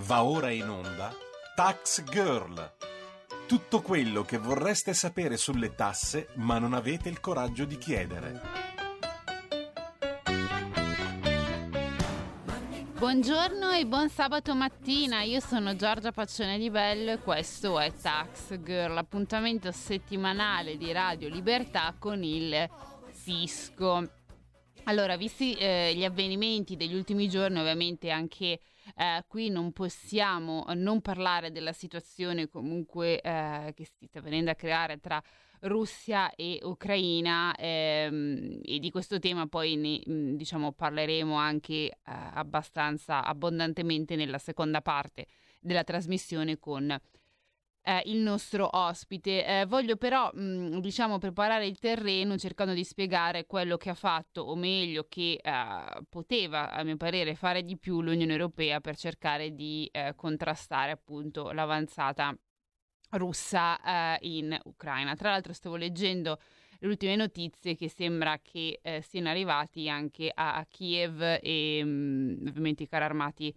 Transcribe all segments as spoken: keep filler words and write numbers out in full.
Va ora in onda Tax Girl. Tutto quello che vorreste sapere sulle tasse ma non avete il coraggio di chiedere. Buongiorno e buon sabato mattina, io sono Giorgia Paccione di Bello e questo è Tax Girl, l'appuntamento settimanale di Radio Libertà con il fisco. Allora, visti eh, gli avvenimenti degli ultimi giorni, ovviamente anche eh, qui non possiamo non parlare della situazione comunque eh, che si sta venendo a creare tra Russia e Ucraina, ehm, e di questo tema poi ne, mh, diciamo parleremo anche eh, abbastanza abbondantemente nella seconda parte della trasmissione con Eh, il nostro ospite. Eh, voglio però mh, diciamo preparare il terreno cercando di spiegare quello che ha fatto, o meglio che eh, poteva a mio parere fare di più l'Unione Europea per cercare di eh, contrastare appunto l'avanzata russa eh, in Ucraina. Tra l'altro stavo leggendo le ultime notizie che sembra che eh, siano arrivati anche a, a Kiev e mh, ovviamente i carri armati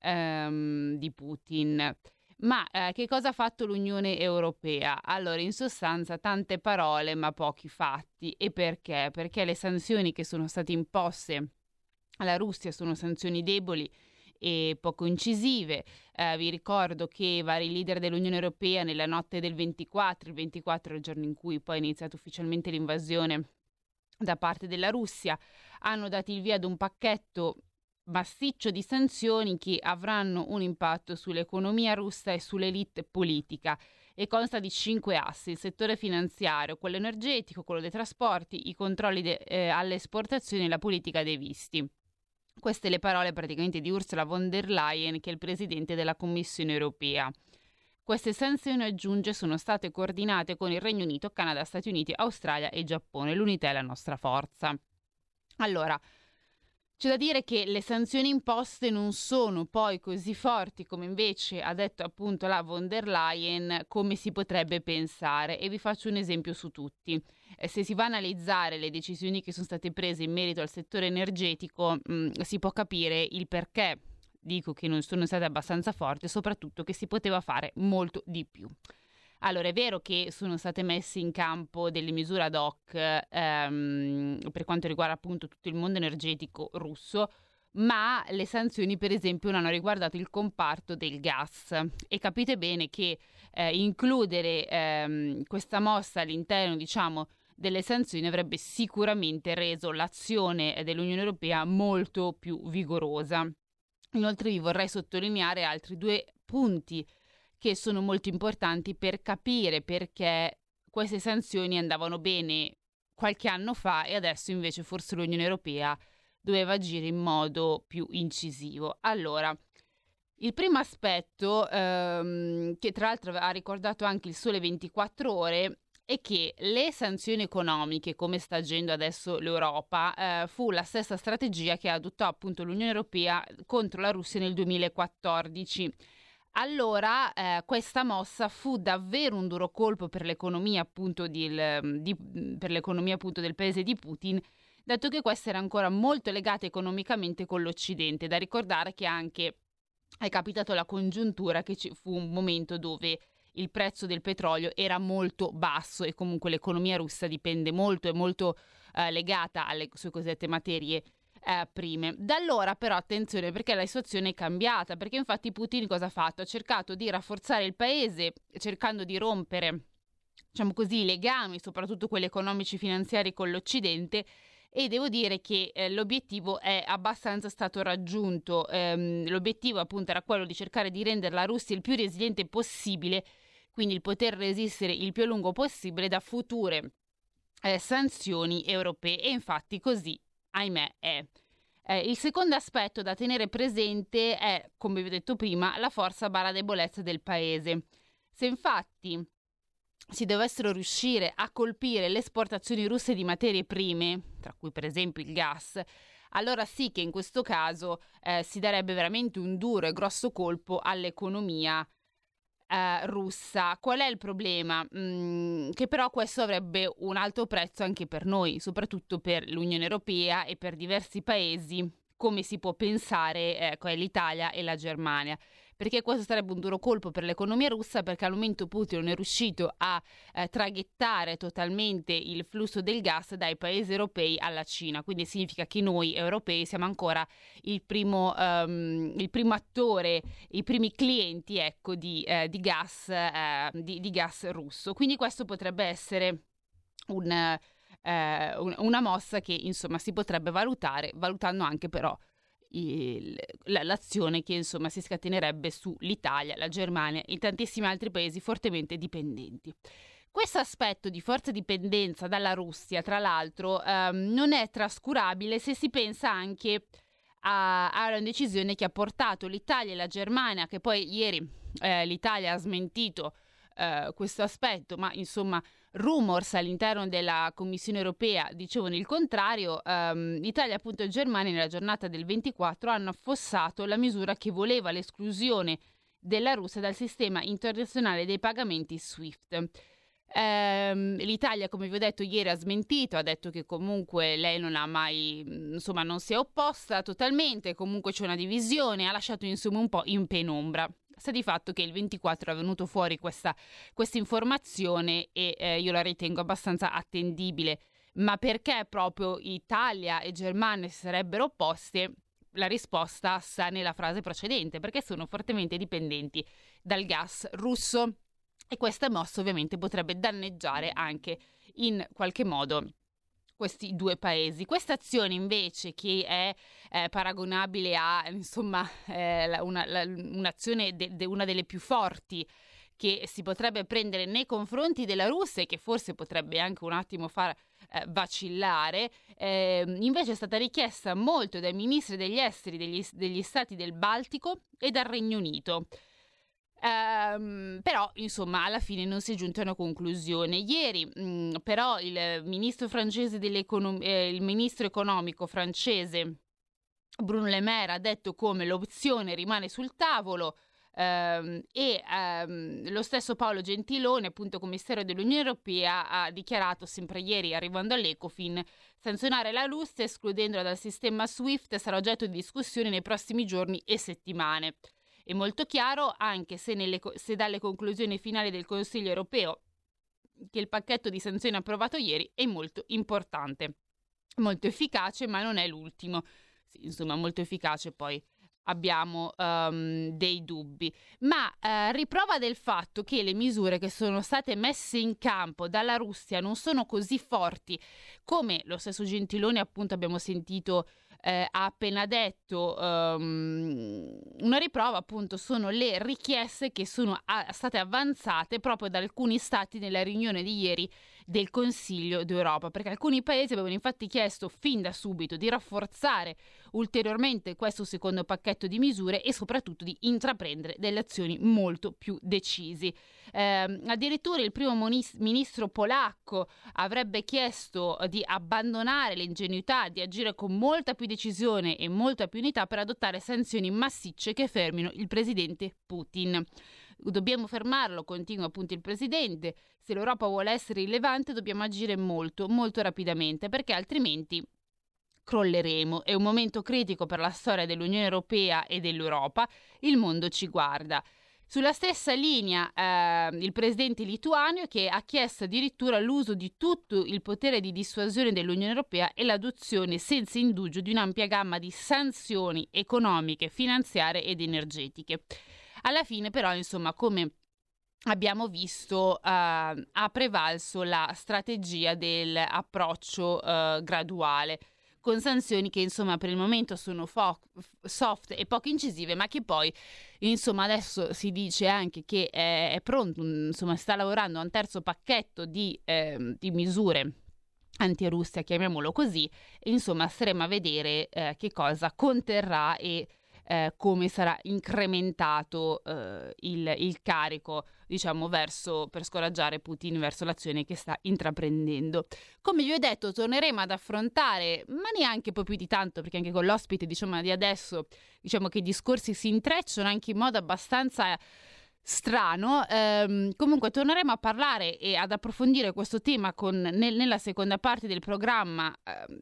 ehm, di Putin. Ma eh, che cosa ha fatto l'Unione Europea? Allora, in sostanza, tante parole ma pochi fatti. E perché? Perché le sanzioni che sono state imposte alla Russia sono sanzioni deboli e poco incisive. Eh, vi ricordo che i vari leader dell'Unione Europea nella notte del ventiquattro, il ventiquattro è il giorno in cui poi è iniziata ufficialmente l'invasione da parte della Russia, hanno dato il via ad un pacchetto massiccio di sanzioni che avranno un impatto sull'economia russa e sull'elite politica e consta di cinque assi: il settore finanziario, quello energetico, quello dei trasporti, i controlli de- eh, alle esportazioni e la politica dei visti. Queste le parole praticamente di Ursula von der Leyen, che è il presidente della Commissione Europea. Queste sanzioni, aggiunge, sono state coordinate con il Regno Unito, Canada, Stati Uniti, Australia e Giappone. L'unità è la nostra forza. Allora, c'è da dire che le sanzioni imposte non sono poi così forti come invece ha detto appunto la von der Leyen, come si potrebbe pensare, e vi faccio un esempio su tutti. Eh, se si va a analizzare le decisioni che sono state prese in merito al settore energetico, mh, si può capire il perché dico che non sono state abbastanza forti e soprattutto che si poteva fare molto di più. Allora, è vero che sono state messe in campo delle misure ad hoc ehm, per quanto riguarda appunto tutto il mondo energetico russo, ma le sanzioni per esempio non hanno riguardato il comparto del gas, e capite bene che eh, includere ehm, questa mossa all'interno, diciamo, delle sanzioni avrebbe sicuramente reso l'azione dell'Unione Europea molto più vigorosa. Inoltre vi vorrei sottolineare altri due punti che sono molto importanti per capire perché queste sanzioni andavano bene qualche anno fa e adesso invece forse l'Unione Europea doveva agire in modo più incisivo. Allora, il primo aspetto, ehm, che tra l'altro ha ricordato anche il Sole ventiquattro Ore, è che le sanzioni economiche, come sta agendo adesso l'Europa, eh, fu la stessa strategia che adottò appunto l'Unione Europea contro la Russia nel duemilaquattordici. Allora eh, questa mossa fu davvero un duro colpo per l'economia appunto, di, di, per l'economia appunto del paese di Putin, dato che questa era ancora molto legata economicamente con l'Occidente. Da ricordare che anche è capitato la congiuntura che ci fu un momento dove il prezzo del petrolio era molto basso e comunque l'economia russa dipende molto, è molto eh, legata alle sue cosiddette materie Eh, prime. Da allora però attenzione, perché la situazione è cambiata, perché infatti Putin cosa ha fatto? Ha cercato di rafforzare il paese cercando di rompere, diciamo così, i legami, soprattutto quelli economici finanziari con l'Occidente, e devo dire che eh, l'obiettivo è abbastanza stato raggiunto. Ehm, l'obiettivo appunto era quello di cercare di rendere la Russia il più resiliente possibile, quindi il poter resistere il più a lungo possibile da future eh, sanzioni europee, e infatti così ahimè è. Eh, il secondo aspetto da tenere presente è, come vi ho detto prima, la forza barra debolezza del paese. Se infatti si dovessero riuscire a colpire le esportazioni russe di materie prime, tra cui per esempio il gas, allora sì che in questo caso eh, si darebbe veramente un duro e grosso colpo all'economia eh, russa. Qual è il problema? Mm, che però questo avrebbe un alto prezzo anche per noi, soprattutto per l'Unione Europea e per diversi paesi come si può pensare, ecco, è l'Italia e la Germania. Perché questo sarebbe un duro colpo per l'economia russa, perché al momento Putin non è riuscito a eh, traghettare totalmente il flusso del gas dai paesi europei alla Cina, quindi significa che noi europei siamo ancora il primo, um, il primo attore, i primi clienti, ecco, di, eh, di, gas, eh, di, di gas russo. Quindi questo potrebbe essere un, eh, un, una mossa che insomma si potrebbe valutare, valutando anche però Il, l'azione che insomma si scatenerebbe sull'Italia, la Germania e tantissimi altri paesi fortemente dipendenti. Questo aspetto di forte dipendenza dalla Russia, tra l'altro, ehm, non è trascurabile se si pensa anche a, a una decisione che ha portato l'Italia e la Germania, che poi ieri eh, l'Italia ha smentito eh, questo aspetto, ma insomma rumors all'interno della Commissione europea dicevano il contrario. um, Italia appunto e Germania nella giornata del ventiquattro hanno affossato la misura che voleva l'esclusione della Russia dal sistema internazionale dei pagamenti SWIFT. Um, L'Italia, come vi ho detto ieri, ha smentito, ha detto che comunque lei non ha mai, insomma non si è opposta totalmente, comunque c'è una divisione, ha lasciato insomma un po' in penombra. Sta di fatto che il ventiquattro è venuto fuori questa informazione e eh, io la ritengo abbastanza attendibile. Ma perché proprio Italia e Germania si sarebbero opposte? La risposta sta nella frase precedente, perché sono fortemente dipendenti dal gas russo e questa mossa ovviamente potrebbe danneggiare anche in qualche modo questi due paesi. Questa azione invece, che è eh, paragonabile a insomma eh, la, una, la, un'azione de, de una delle più forti che si potrebbe prendere nei confronti della Russia e che forse potrebbe anche un attimo far eh, vacillare, eh, invece è stata richiesta molto dai ministri degli esteri degli, degli stati del Baltico e dal Regno Unito. Um, però insomma alla fine non si è giunto a una conclusione. Ieri mh, però il ministro francese dell'economia, eh, il ministro economico francese Bruno Le Maire ha detto come l'opzione rimane sul tavolo, um, e um, lo stesso Paolo Gentiloni, appunto commissario dell'Unione Europea, ha dichiarato sempre ieri, arrivando all'Ecofin, sanzionare la Russia escludendola dal sistema SWIFT sarà oggetto di discussione nei prossimi giorni e settimane. È molto chiaro, anche se, nelle, se dalle conclusioni finali del Consiglio europeo, che il pacchetto di sanzioni approvato ieri è molto importante, molto efficace, ma non è l'ultimo. Sì, insomma, molto efficace, poi abbiamo um, dei dubbi. Ma uh, riprova del fatto che le misure che sono state messe in campo dalla Russia non sono così forti come lo stesso Gentiloni, appunto, abbiamo sentito Eh, ha appena detto. Um, una riprova appunto sono le richieste che sono a- state avanzate proprio da alcuni stati nella riunione di ieri del Consiglio d'Europa, perché alcuni paesi avevano infatti chiesto fin da subito di rafforzare ulteriormente questo secondo pacchetto di misure e soprattutto di intraprendere delle azioni molto più decisi. Eh, addirittura il primo monis- ministro polacco avrebbe chiesto di abbandonare l'ingenuità, di agire con molta più decisione e molta più unità per adottare sanzioni massicce che fermino il presidente Putin. Dobbiamo fermarlo, continua appunto il presidente. Se l'Europa vuole essere rilevante dobbiamo agire molto, molto rapidamente, perché altrimenti crolleremo. È un momento critico per la storia dell'Unione Europea e dell'Europa. Il mondo ci guarda. Sulla stessa linea eh, il presidente lituano, che ha chiesto addirittura l'uso di tutto il potere di dissuasione dell'Unione Europea e l'adozione senza indugio di un'ampia gamma di sanzioni economiche, finanziarie ed energetiche. Alla fine però, insomma, come abbiamo visto, uh, ha prevalso la strategia dell'approccio uh, graduale, con sanzioni che insomma per il momento sono fo- soft e poco incisive, ma che poi insomma adesso si dice anche che è, è pronto, insomma sta lavorando a un terzo pacchetto di, eh, di misure anti-Russia, chiamiamolo così, e insomma staremo a vedere eh, che cosa conterrà e Eh, come sarà incrementato eh, il, il carico, diciamo, verso, per scoraggiare Putin verso l'azione che sta intraprendendo. Come vi ho detto, torneremo ad affrontare, ma neanche poi più di tanto, perché anche con l'ospite, diciamo, di adesso, diciamo che i discorsi si intrecciano anche in modo abbastanza strano. Ehm, comunque torneremo a parlare e ad approfondire questo tema con, nel, nella seconda parte del programma, ehm,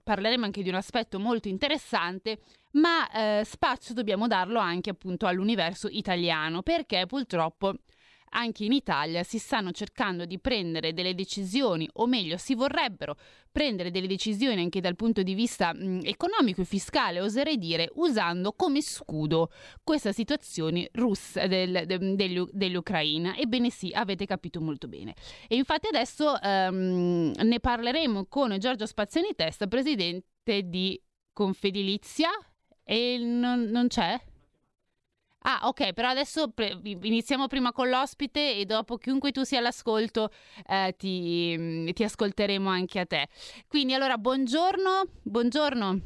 parleremo anche di un aspetto molto interessante, ma eh, spazio dobbiamo darlo anche appunto all'universo italiano, perché purtroppo anche in Italia si stanno cercando di prendere delle decisioni, o meglio si vorrebbero prendere delle decisioni anche dal punto di vista mh, economico e fiscale, oserei dire, usando come scudo questa situazione russa del, de, degli, dell'Ucraina. Ebbene sì, avete capito molto bene. E infatti adesso um, ne parleremo con Giorgio Spaziani Testa, presidente di Confedilizia, e non, non c'è? Ah, ok, però adesso pre- iniziamo prima con l'ospite e dopo, chiunque tu sia all'ascolto, eh, ti, ti ascolteremo anche a te. Quindi allora, buongiorno, buongiorno.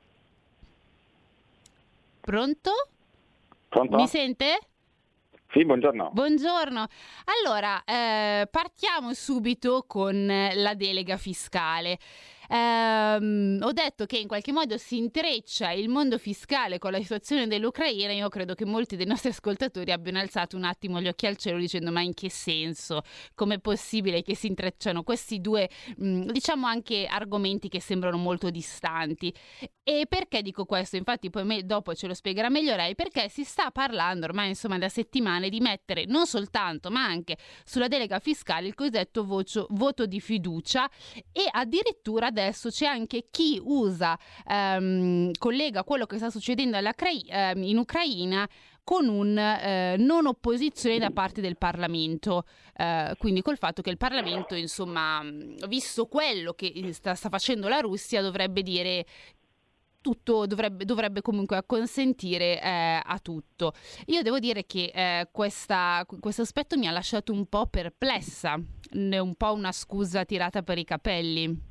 Pronto? Pronto? Mi sente? Sì, buongiorno. Buongiorno. Allora, eh, partiamo subito con la delega fiscale. Um, ho detto che in qualche modo si intreccia il mondo fiscale con la situazione dell'Ucraina. Io credo che molti dei nostri ascoltatori abbiano alzato un attimo gli occhi al cielo dicendo: ma in che senso? Com'è possibile che si intrecciano questi due, mh, diciamo anche argomenti che sembrano molto distanti? E perché dico questo? Infatti poi me, dopo ce lo spiegherà meglio lei, perché si sta parlando ormai insomma da settimane di mettere non soltanto ma anche sulla delega fiscale il cosiddetto vocio, voto di fiducia, e addirittura adesso c'è anche chi usa, ehm, collega quello che sta succedendo alla, ehm, in Ucraina con un eh, non opposizione da parte del Parlamento, eh, quindi col fatto che il Parlamento, insomma, visto quello che sta, sta facendo la Russia, dovrebbe dire tutto, dovrebbe, dovrebbe comunque acconsentire eh, a tutto. Io devo dire che eh, questa, questo aspetto mi ha lasciato un po' perplessa, è un po' una scusa tirata per i capelli.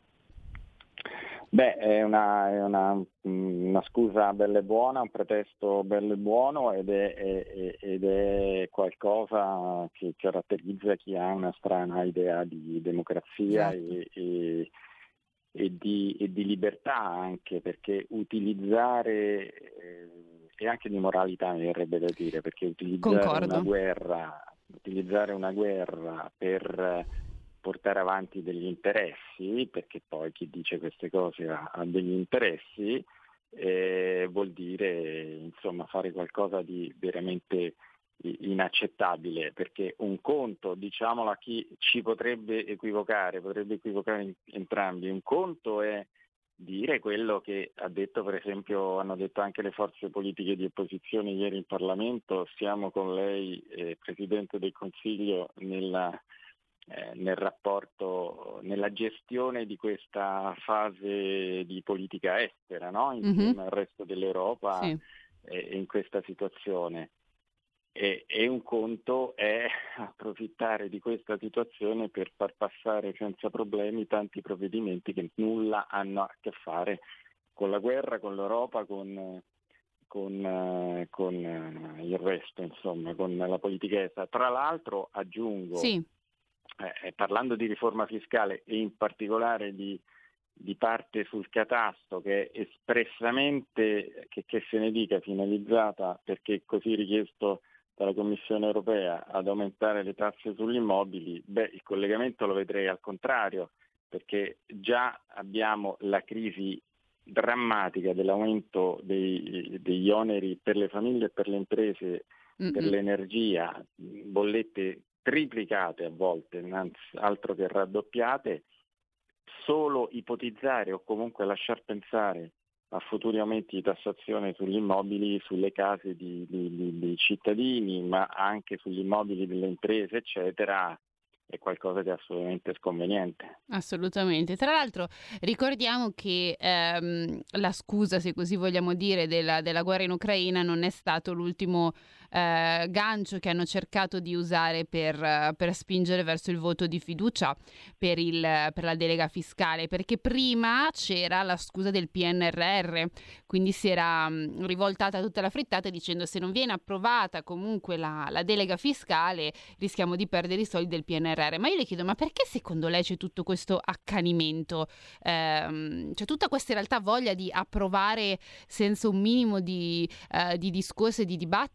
Beh, è una, è una, una scusa bella e buona, un pretesto bello e buono, ed è, è, ed è qualcosa che caratterizza chi ha una strana idea di democrazia. Esatto. e, e, e, di, e di libertà anche, perché utilizzare, eh, e anche di moralità mi verrebbe da dire, perché utilizzare Concordo. una guerra, utilizzare una guerra per portare avanti degli interessi, perché poi chi dice queste cose ha, ha degli interessi, eh, vuol dire insomma fare qualcosa di veramente inaccettabile, perché un conto, diciamolo a chi ci potrebbe equivocare, potrebbe equivocare entrambi, un conto è dire quello che ha detto, per esempio, hanno detto anche le forze politiche di opposizione ieri in Parlamento: siamo con lei, eh, Presidente del Consiglio, nella Eh, nel rapporto, nella gestione di questa fase di politica estera, no? Insieme mm-hmm. al resto dell'Europa, sì. eh, in questa situazione. E, e un conto è approfittare di questa situazione per far passare senza problemi tanti provvedimenti che nulla hanno a che fare con la guerra, con l'Europa, con, con, con il resto, insomma, con la politica estera. Tra l'altro aggiungo... Sì. Eh, parlando di riforma fiscale e in particolare di, di parte sul catasto, che è espressamente, che, che se ne dica, finalizzata, perché è così richiesto dalla Commissione europea, ad aumentare le tasse sugli immobili, beh, il collegamento lo vedrei al contrario, perché già abbiamo la crisi drammatica dell'aumento dei, degli oneri per le famiglie e per le imprese, Mm-mm. per l'energia, bollette triplicate a volte, altro che raddoppiate. Solo ipotizzare o comunque lasciar pensare a futuri aumenti di tassazione sugli immobili, sulle case di, di, di, di cittadini, ma anche sugli immobili delle imprese, eccetera, è qualcosa di assolutamente sconveniente. Assolutamente. Tra l'altro ricordiamo che ehm, la scusa, se così vogliamo dire, della, della guerra in Ucraina non è stato l'ultimo eh, gancio che hanno cercato di usare per, per spingere verso il voto di fiducia per, il, per la delega fiscale, perché prima c'era la scusa del P N R R, quindi si era mh, rivoltata tutta la frittata dicendo: se non viene approvata comunque la, la delega fiscale rischiamo di perdere i soldi del P N R R. Ma io le chiedo, ma perché secondo lei c'è tutto questo accanimento, ehm, c'è tutta questa in realtà voglia di approvare senza un minimo di, eh, di discorso e di dibattito per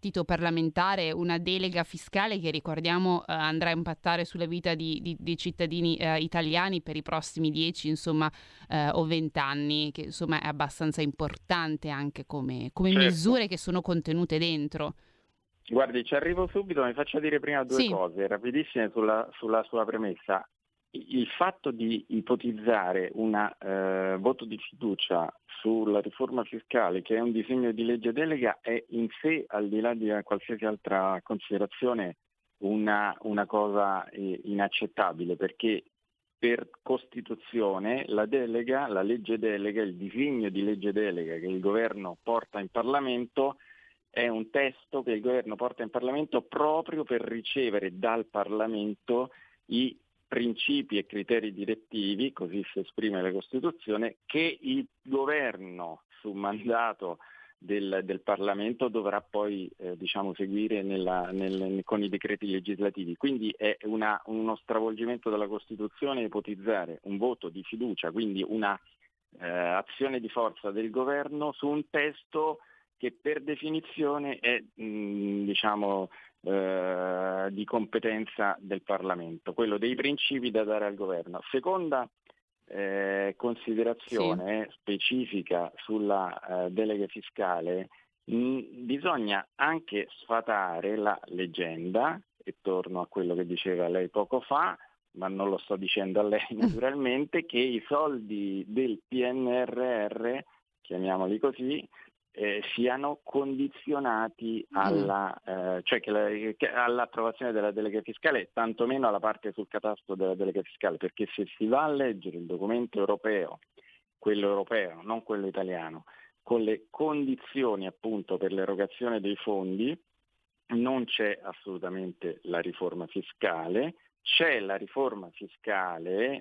parlamentare una delega fiscale che, ricordiamo, eh, andrà a impattare sulla vita di, di, di cittadini eh, italiani per i prossimi dieci insomma eh, o vent'anni, che insomma è abbastanza importante anche come, come certo. misure che sono contenute dentro. Guardi, ci arrivo subito, mi faccia dire prima due sì. cose rapidissime sulla, sulla sua premessa. Il fatto di ipotizzare un eh, voto di fiducia sulla riforma fiscale, che è un disegno di legge delega, è in sé, al di là di qualsiasi altra considerazione, una, una cosa eh, inaccettabile, perché per Costituzione la delega, la legge delega, il disegno di legge delega che il governo porta in Parlamento è un testo che il governo porta in Parlamento proprio per ricevere dal Parlamento i principi e criteri direttivi, così si esprime la Costituzione, che il governo su mandato del, del Parlamento dovrà poi eh, diciamo seguire nella, nel, con i decreti legislativi. Quindi è una, uno stravolgimento della Costituzione ipotizzare un voto di fiducia, quindi una eh, azione di forza del governo su un testo che per definizione è mh, diciamo eh, di competenza del Parlamento, quello dei principi da dare al governo. Seconda eh, considerazione sì. specifica sulla eh, delega fiscale, mh, bisogna anche sfatare la leggenda, e torno a quello che diceva lei poco fa, ma non lo sto dicendo a lei naturalmente, che i soldi del P N R R, chiamiamoli così, Eh, siano condizionati alla, eh, cioè che la, che all'approvazione della delega fiscale, tantomeno alla parte sul catasto della delega fiscale, perché se si va a leggere il documento europeo, quello europeo, non quello italiano, con le condizioni appunto per l'erogazione dei fondi, non c'è assolutamente la riforma fiscale. C'è la riforma fiscale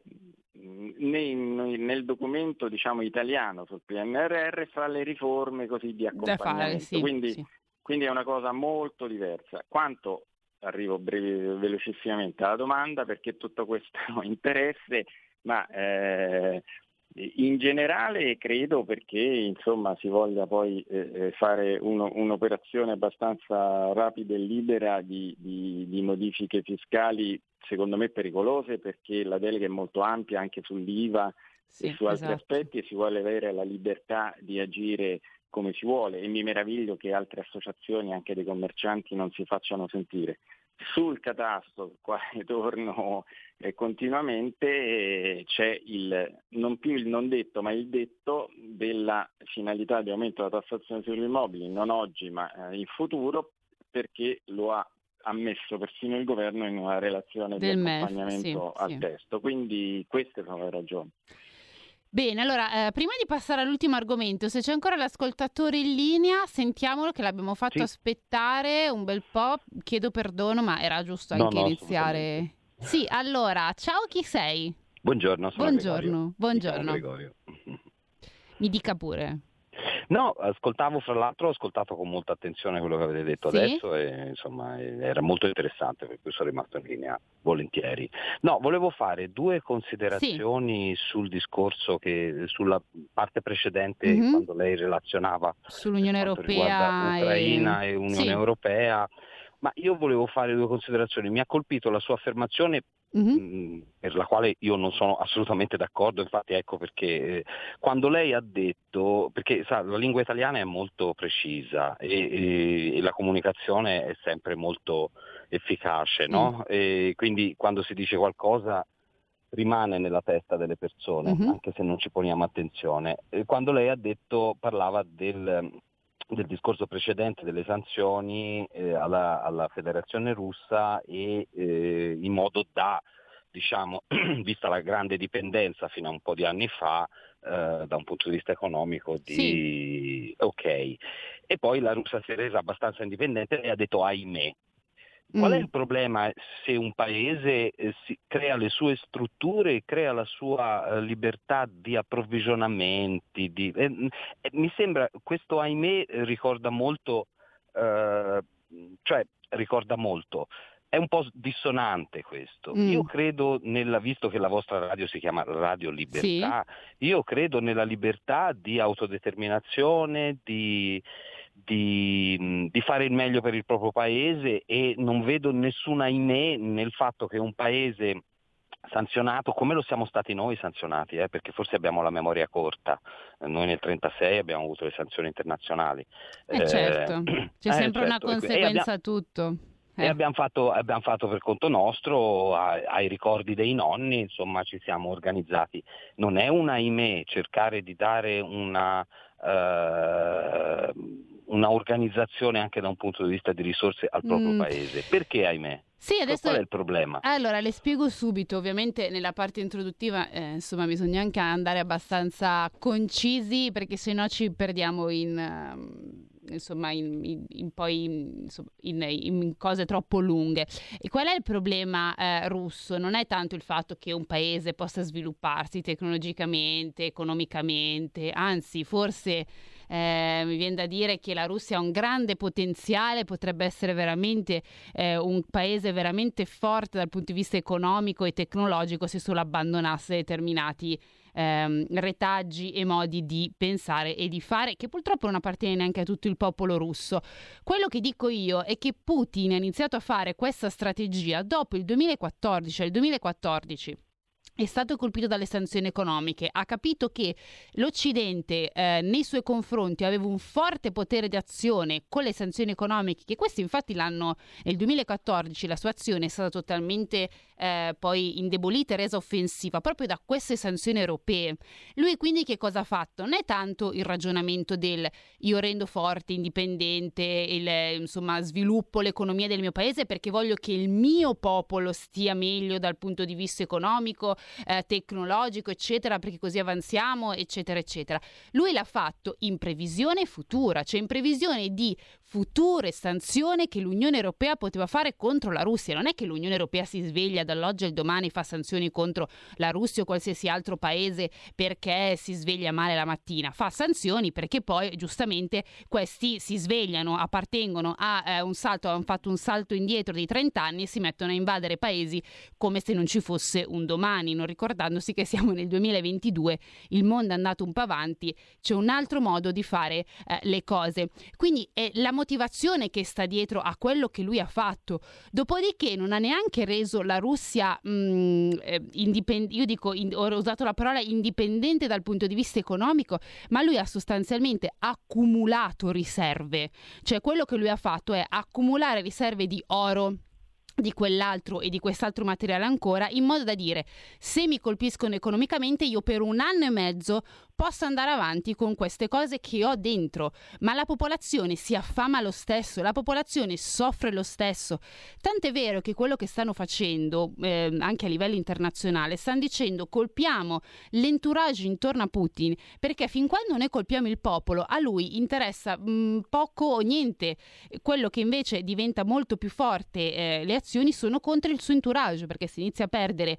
nel, nel documento diciamo italiano sul P N R R fra le riforme così di accompagnamento, da fare, sì, quindi, sì. quindi è una cosa molto diversa. Quanto, arrivo brevi, velocissimamente alla domanda, perché tutto questo interesse, ma eh, in generale credo perché insomma si voglia poi eh, fare uno, un'operazione abbastanza rapida e libera di, di, di modifiche fiscali, secondo me pericolose, perché la delega è molto ampia anche sull'I V A sì, e su altri esatto. aspetti, e si vuole avere la libertà di agire come si vuole, e mi meraviglio che altre associazioni, anche dei commercianti, non si facciano sentire. Sul catasto, qua torno eh, continuamente, eh, c'è il non più il non detto, ma il detto della finalità di aumento della tassazione sugli immobili, non oggi ma eh, in futuro, perché lo ha ammesso persino il governo in una relazione del di M E F, accompagnamento sì, al sì. testo. Quindi queste sono le ragioni. Bene, allora, eh, prima di passare all'ultimo argomento, se c'è ancora l'ascoltatore in linea, sentiamolo che l'abbiamo fatto sì. aspettare un bel po', chiedo perdono, ma era giusto No, anche no, iniziare. Sì, allora, ciao, chi sei? Buongiorno, sono Buongiorno, Gregorio. buongiorno. Mi chiamo Gregorio. Mi dica pure. No, ascoltavo, fra l'altro ho ascoltato con molta attenzione quello che avete detto Sì? adesso e insomma era molto interessante, per cui sono rimasto in linea volentieri. No, volevo fare due considerazioni sì. sul discorso che sulla parte precedente, mm-hmm. quando lei relazionava sull'Unione per quanto Europea riguarda Ucraina e, e Unione sì. Europea, ma io volevo fare due considerazioni. Mi ha colpito la sua affermazione, mm-hmm. per la quale io non sono assolutamente d'accordo, infatti ecco perché eh, quando lei ha detto, perché sa, la lingua italiana è molto precisa e, e, e la comunicazione è sempre molto efficace, sì. no? E quindi quando si dice qualcosa rimane nella testa delle persone, mm-hmm. anche se non ci poniamo attenzione. E quando lei ha detto, parlava del del discorso precedente delle sanzioni eh, alla, alla Federazione Russa e eh, in modo da, diciamo, vista la grande dipendenza fino a un po' di anni fa eh, da un punto di vista economico di sì. ok, e poi la Russia si è resa abbastanza indipendente e ha detto ahimè. Qual è il problema se un paese eh, si crea le sue strutture, crea la sua eh, libertà di approvvigionamenti? Di, eh, eh, mi sembra questo ahimè ricorda molto, eh, cioè ricorda molto, è un po' dissonante questo. Mm. Io credo nella, visto che la vostra radio si chiama Radio Libertà, sì. io credo nella libertà di autodeterminazione, di di, di fare il meglio per il proprio paese, e non vedo nessuna ahimè nel fatto che un paese sanzionato, come lo siamo stati noi sanzionati, eh, perché forse abbiamo la memoria corta, noi nel trentasei abbiamo avuto le sanzioni internazionali. Eh, certo, c'è eh, sempre certo. una conseguenza a tutto. E Eh. abbiamo fatto, abbiamo fatto per conto nostro, ai, ai ricordi dei nonni, insomma ci siamo organizzati. Non è una ahimè cercare di dare una, uh, una organizzazione anche da un punto di vista di risorse al proprio Mm. paese. Perché ahimè? Sì, adesso... Qual è il problema? Allora, le spiego subito. Ovviamente nella parte introduttiva eh, insomma bisogna anche andare abbastanza concisi, perché sennò ci perdiamo in... Um... insomma in, in, in poi insomma, in, in cose troppo lunghe. E qual è il problema eh, russo? Non è tanto il fatto che un paese possa svilupparsi tecnologicamente, economicamente, anzi forse eh, mi viene da dire che la Russia ha un grande potenziale, potrebbe essere veramente eh, un paese veramente forte dal punto di vista economico e tecnologico se solo abbandonasse determinati Ehm, retaggi e modi di pensare e di fare, che purtroppo non appartiene neanche a tutto il popolo russo. Quello che dico io è che Putin ha iniziato a fare questa strategia dopo il duemilaquattordici. Il duemilaquattordici è stato colpito dalle sanzioni economiche, ha capito che l'Occidente eh, nei suoi confronti aveva un forte potere di azione con le sanzioni economiche, che questi infatti l'anno nel duemilaquattordici la sua azione è stata totalmente eh, poi indebolita e resa offensiva proprio da queste sanzioni europee. Lui quindi che cosa ha fatto? Non è tanto il ragionamento del io rendo forte, indipendente, il, insomma sviluppo l'economia del mio paese perché voglio che il mio popolo stia meglio dal punto di vista economico, Eh, tecnologico eccetera, perché così avanziamo eccetera eccetera. Lui l'ha fatto in previsione futura, cioè in previsione di future sanzioni che l'Unione Europea poteva fare contro la Russia. Non è che l'Unione Europea si sveglia dall'oggi al domani e fa sanzioni contro la Russia o qualsiasi altro paese perché si sveglia male la mattina, fa sanzioni perché poi giustamente questi si svegliano, appartengono a eh, un salto, hanno fatto un salto indietro di trenta anni e si mettono a invadere paesi come se non ci fosse un domani, non ricordandosi che siamo nel duemilaventidue, il mondo è andato un po' avanti, c'è un altro modo di fare eh, le cose. Quindi è la motivazione che sta dietro a quello che lui ha fatto. Dopodiché non ha neanche reso la Russia mh, eh, indipendente, io dico, in, ho usato la parola indipendente dal punto di vista economico, ma lui ha sostanzialmente accumulato riserve. Cioè quello che lui ha fatto è accumulare riserve di oro, di quell'altro e di quest'altro materiale ancora, in modo da dire: se mi colpiscono economicamente io per un anno e mezzo posso andare avanti con queste cose che ho dentro, ma la popolazione si affama lo stesso, la popolazione soffre lo stesso. Tant'è vero che quello che stanno facendo eh, anche a livello internazionale, stanno dicendo colpiamo l'entourage intorno a Putin, perché fin quando noi colpiamo il popolo a lui interessa mh, poco o niente. Quello che invece diventa molto più forte, eh, le azioni sono contro il suo entourage, perché si inizia a perdere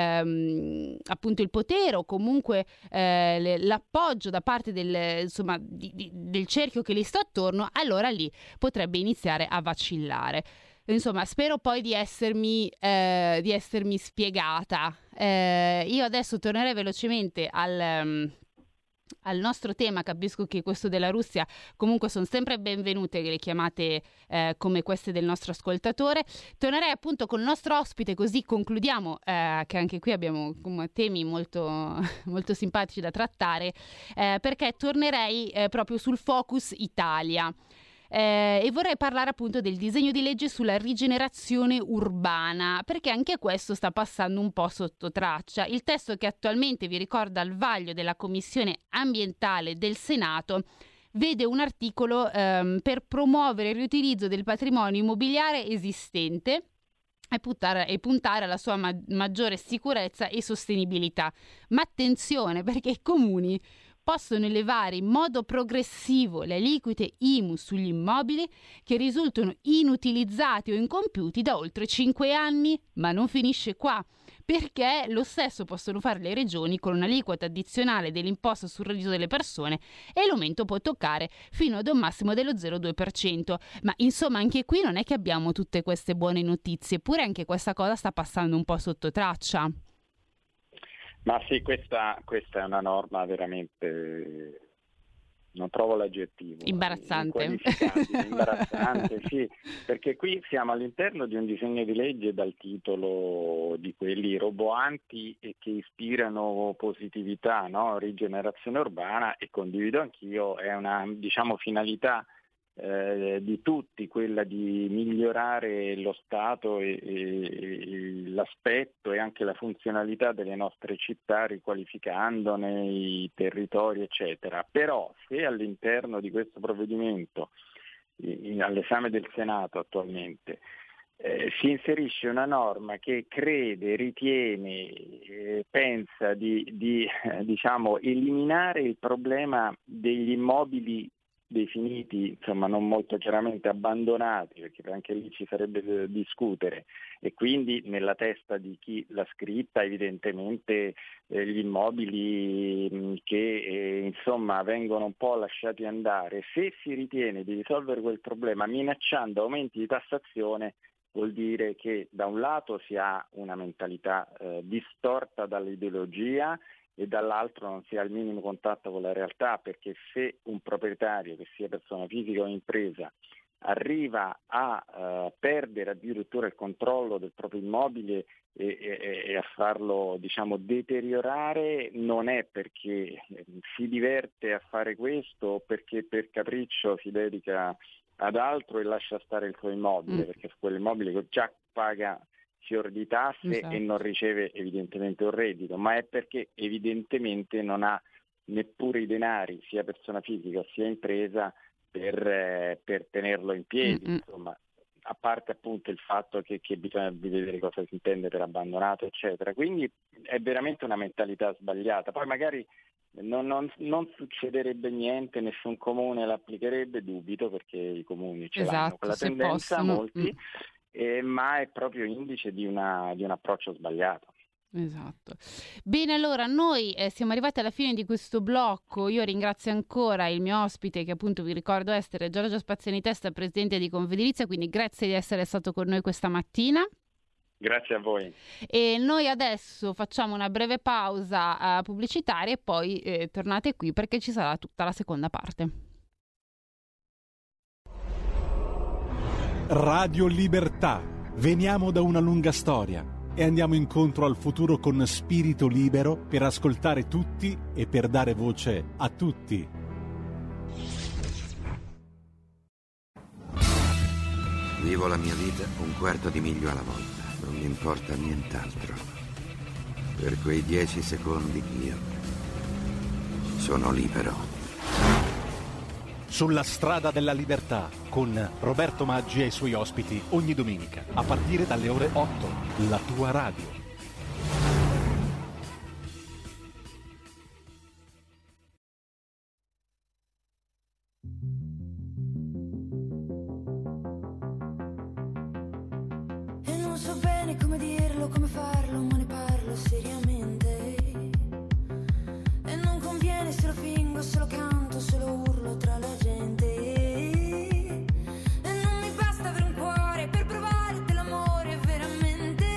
ehm, appunto il potere o comunque eh, le, l'appoggio da parte del, insomma, di, di, del cerchio che gli sta attorno, allora lì potrebbe iniziare a vacillare. Insomma, spero poi di essermi, eh, di essermi spiegata. Eh, io adesso tornerei velocemente al... Um, al nostro tema. Capisco che questo della Russia comunque sono sempre benvenute le chiamate eh, come queste del nostro ascoltatore. Tornerei appunto con il nostro ospite, così concludiamo eh, che anche qui abbiamo come temi molto, molto simpatici da trattare, eh, perché tornerei eh, proprio sul focus Italia. Eh, e vorrei parlare appunto del disegno di legge sulla rigenerazione urbana, perché anche questo sta passando un po' sotto traccia. Il testo, che attualmente vi ricorda al vaglio della Commissione ambientale del Senato, vede un articolo ehm, per promuovere il riutilizzo del patrimonio immobiliare esistente e puntare, e puntare alla sua ma- maggiore sicurezza e sostenibilità. Ma attenzione, perché i comuni possono elevare in modo progressivo le aliquote I M U sugli immobili che risultano inutilizzati o incompiuti da oltre cinque anni. Ma non finisce qua, perché lo stesso possono fare le regioni con un'aliquota addizionale dell'imposta sul reddito delle persone, e l'aumento può toccare fino ad un massimo dello zero virgola due per cento. Ma insomma anche qui non è che abbiamo tutte queste buone notizie, eppure anche questa cosa sta passando un po' sotto traccia. Ma sì, questa, questa è una norma veramente non trovo l'aggettivo. Imbarazzante. Imbarazzante, sì, perché qui siamo all'interno di un disegno di legge dal titolo di quelli roboanti e che ispirano positività, no? Rigenerazione urbana, e condivido anch'io, è una, diciamo, finalità Eh, di tutti, quella di migliorare lo stato e, e, e l'aspetto e anche la funzionalità delle nostre città, riqualificandone i territori, eccetera. Però se all'interno di questo provvedimento, in, all'esame del Senato attualmente, eh, si inserisce una norma che crede, ritiene, eh, pensa di, di eh, diciamo, eliminare il problema degli immobili definiti, insomma, non molto chiaramente abbandonati, perché anche lì ci sarebbe da discutere, e quindi nella testa di chi l'ha scritta evidentemente eh, gli immobili mh, che eh, insomma vengono un po' lasciati andare. Se si ritiene di risolvere quel problema minacciando aumenti di tassazione, vuol dire che da un lato si ha una mentalità eh, distorta dall'ideologia e dall'altro non si ha il minimo contatto con la realtà, perché se un proprietario, che sia persona fisica o impresa, arriva a uh, perdere addirittura il controllo del proprio immobile e, e, e a farlo, diciamo, deteriorare, non è perché si diverte a fare questo o perché per capriccio si dedica ad altro e lascia stare il suo immobile, mm. perché quell'immobile già paga fior di tasse, esatto, e non riceve evidentemente un reddito, ma è perché evidentemente non ha neppure i denari, sia persona fisica sia impresa, per, eh, per tenerlo in piedi. Mm-hmm. Insomma, a parte appunto il fatto che, che bisogna vedere cosa si intende per abbandonato, eccetera. Quindi è veramente una mentalità sbagliata. Poi magari non, non, non succederebbe niente, nessun comune l'applicherebbe, dubito, perché i comuni ce esatto, l'hanno quella tendenza, possono. molti, mm. Eh, ma è proprio indice di, una, di un approccio sbagliato. Esatto. Bene, allora noi eh, siamo arrivati alla fine di questo blocco. Io ringrazio ancora il mio ospite, che appunto vi ricordo essere Giorgio Spaziani Testa, presidente di Confedilizia, quindi grazie di essere stato con noi questa mattina. Grazie a voi. E noi adesso facciamo una breve pausa uh, pubblicitaria e poi eh, tornate qui perché ci sarà tutta la seconda parte. Radio Libertà. Veniamo da una lunga storia e andiamo incontro al futuro con spirito libero, per ascoltare tutti e per dare voce a tutti. Vivo la mia vita un quarto di miglio alla volta, non mi importa nient'altro. Per quei dieci secondi io sono libero. Sulla strada della libertà con Roberto Maggi e i suoi ospiti ogni domenica a partire dalle ore otto. La tua radio. E non so bene come dirlo, come farlo, ma ne parlo seriamente. E non conviene se lo fingo, se lo canto, se lo urlo tra la gente. E non mi basta avere un cuore per provare dell'amore veramente.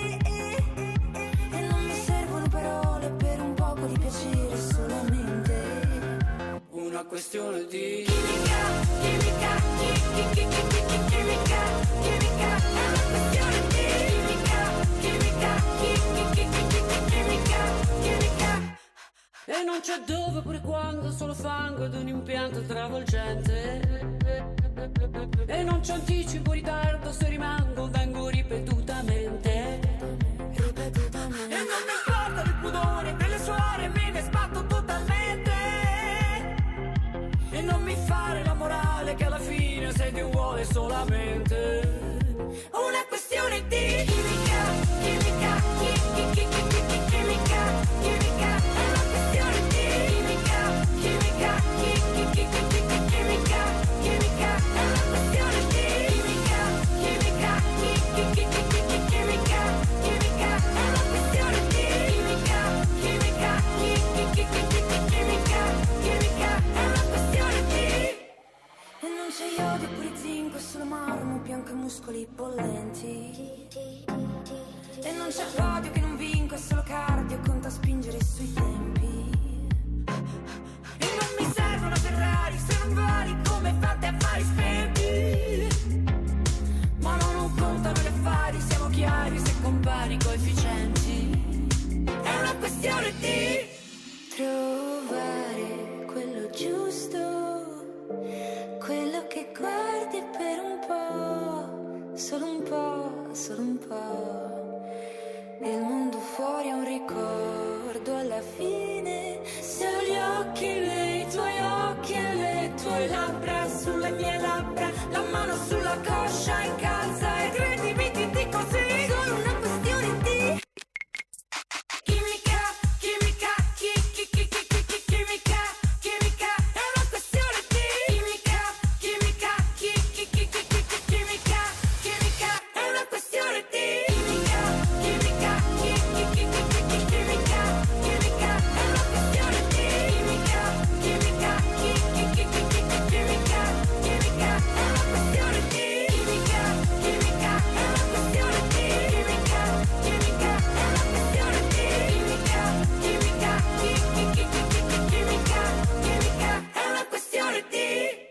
E non mi servono parole per un poco di piacere solamente. Una questione di chimica, chimica, chimica, chimica, chimica, chimica. È una questione di chimica, chimica, chimica, chimica, chimica. E non c'è dove, pure quando, solo fango ed un impianto travolgente. E non c'è anticipo, ritardo, se rimango vengo ripetutamente. Ripetutamente. E non mi importa del pudore, delle suore, me ne sbatto totalmente. E non mi fare la morale, che alla fine sei Dio vuole solamente. Una questione di chimica, chimica, chimica, chimica, chimica, chimica. È una questione di chimica, chimica, chimica, chimica, chimica. È una questione di chimica, chimica, chimica, chimica, chimica. È una questione di chimica, chimica, chimica, chimica, chimica. È una questione di. E non c'è iodio, pure zinco, è solo marmo, bianco e muscoli bollenti. E non c'è podio che non vinco, è solo cardio, conta spingere sui tempi. E non mi servono terrari siamo vari come fate affari spenti, ma non contano gli affari, siamo chiari se compari coefficienti. È una questione di trovare quello giusto, quello che guardi per un po', solo un po', solo un po'. Il mondo fuori è un ricordo alla fine, se ho gli occhi nei tuoi occhi e le tue labbra sulle mie labbra, la mano sulla coscia in casa e credimi ti dico sì, solo una questione di chimica, chimica, chi, chi, chi, chi, chi, chi, chimica, chimica, è una questione di chimica, chimica, chi, chi, chi, chi, chi, chi, chimica, chimica, è una questione di chimica, chimica, chi, chi, chi, chi, chi, chi, chimica, chimica, è una questione di chimica, chimica, chi, chi, chi, chi, chi, chi, chimica, chimica, è una questione di chimica, chimica, è una questione di chimica, chimica, è una questione di chimica, chimica, chi, chi, chi, chi, chi, chi, chimica, chimica, è una questione di.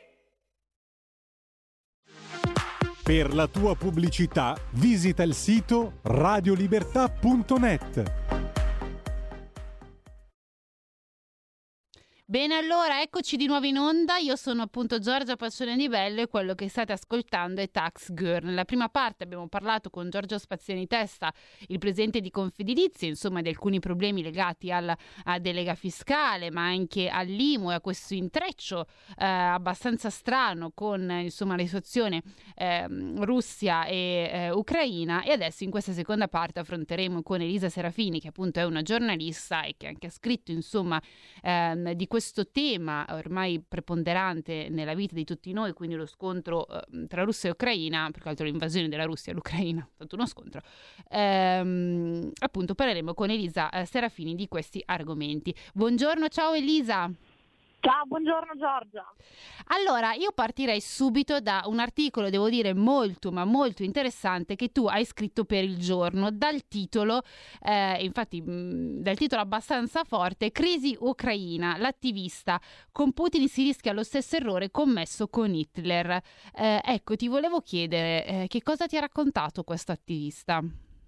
Per la tua pubblicità visita il sito radiolibertà punto net. Bene, allora eccoci di nuovo in onda. Io sono appunto Giorgia Paccione di Bello e quello che state ascoltando è Tax Girl. Nella prima parte abbiamo parlato con Giorgio Spaziani Testa, il presidente di Confedilizia, insomma di alcuni problemi legati alla delega fiscale, ma anche all'I M U e a questo intreccio eh, abbastanza strano con insomma la situazione eh, Russia e eh, Ucraina. E adesso in questa seconda parte affronteremo con Elisa Serafini, che appunto è una giornalista e che anche ha scritto insomma eh, di questo questo tema ormai preponderante nella vita di tutti noi, quindi lo scontro eh, tra Russia e Ucraina, più che altro l'invasione della Russia all'Ucraina, tanto uno scontro, ehm, appunto parleremo con Elisa eh, Serafini di questi argomenti. Buongiorno, ciao Elisa. Ciao, buongiorno Giorgia. Allora, io partirei subito da un articolo, devo dire, molto ma molto interessante che tu hai scritto per Il Giorno, dal titolo, eh, infatti mh, dal titolo abbastanza forte, Crisi Ucraina, l'attivista, con Putin si rischia lo stesso errore commesso con Hitler. Eh, ecco, ti volevo chiedere, eh, che cosa ti ha raccontato questo attivista?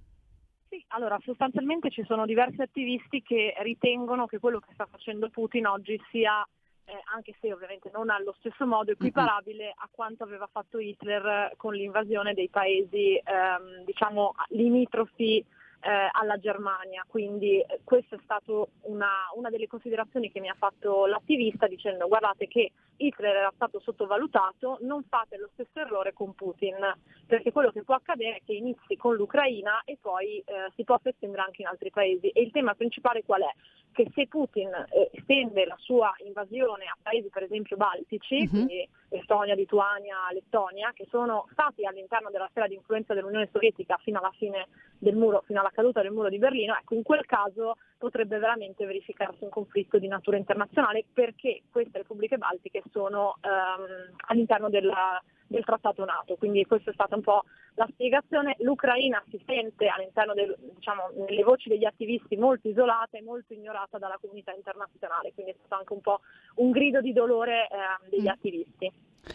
Sì, allora sostanzialmente ci sono diversi attivisti che ritengono che quello che sta facendo Putin oggi sia Eh, anche se ovviamente non allo stesso modo, equiparabile a quanto aveva fatto Hitler con l'invasione dei paesi ehm, diciamo limitrofi eh, alla Germania. Quindi eh, questa è stata una, una delle considerazioni che mi ha fatto l'attivista, dicendo: guardate che Hitler era stato sottovalutato, non fate lo stesso errore con Putin, perché quello che può accadere è che inizi con l'Ucraina e poi eh, si possa estendere anche in altri paesi. E il tema principale qual è? Che se Putin eh, estende la sua invasione a paesi per esempio baltici, uh-huh. quindi Estonia, Lituania, Lettonia, che sono stati all'interno della sfera di influenza dell'Unione Sovietica fino alla fine del muro, fino alla caduta del muro di Berlino, ecco, in quel caso potrebbe veramente verificarsi un conflitto di natura internazionale, perché queste repubbliche baltiche sono ehm, all'interno della, del trattato NATO. Quindi questa è stata un po' la spiegazione. L'Ucraina si sente all'interno del, diciamo, nelle voci degli attivisti molto isolata e molto ignorata dalla comunità internazionale, quindi è stato anche un po' un grido di dolore eh, degli mm. attivisti.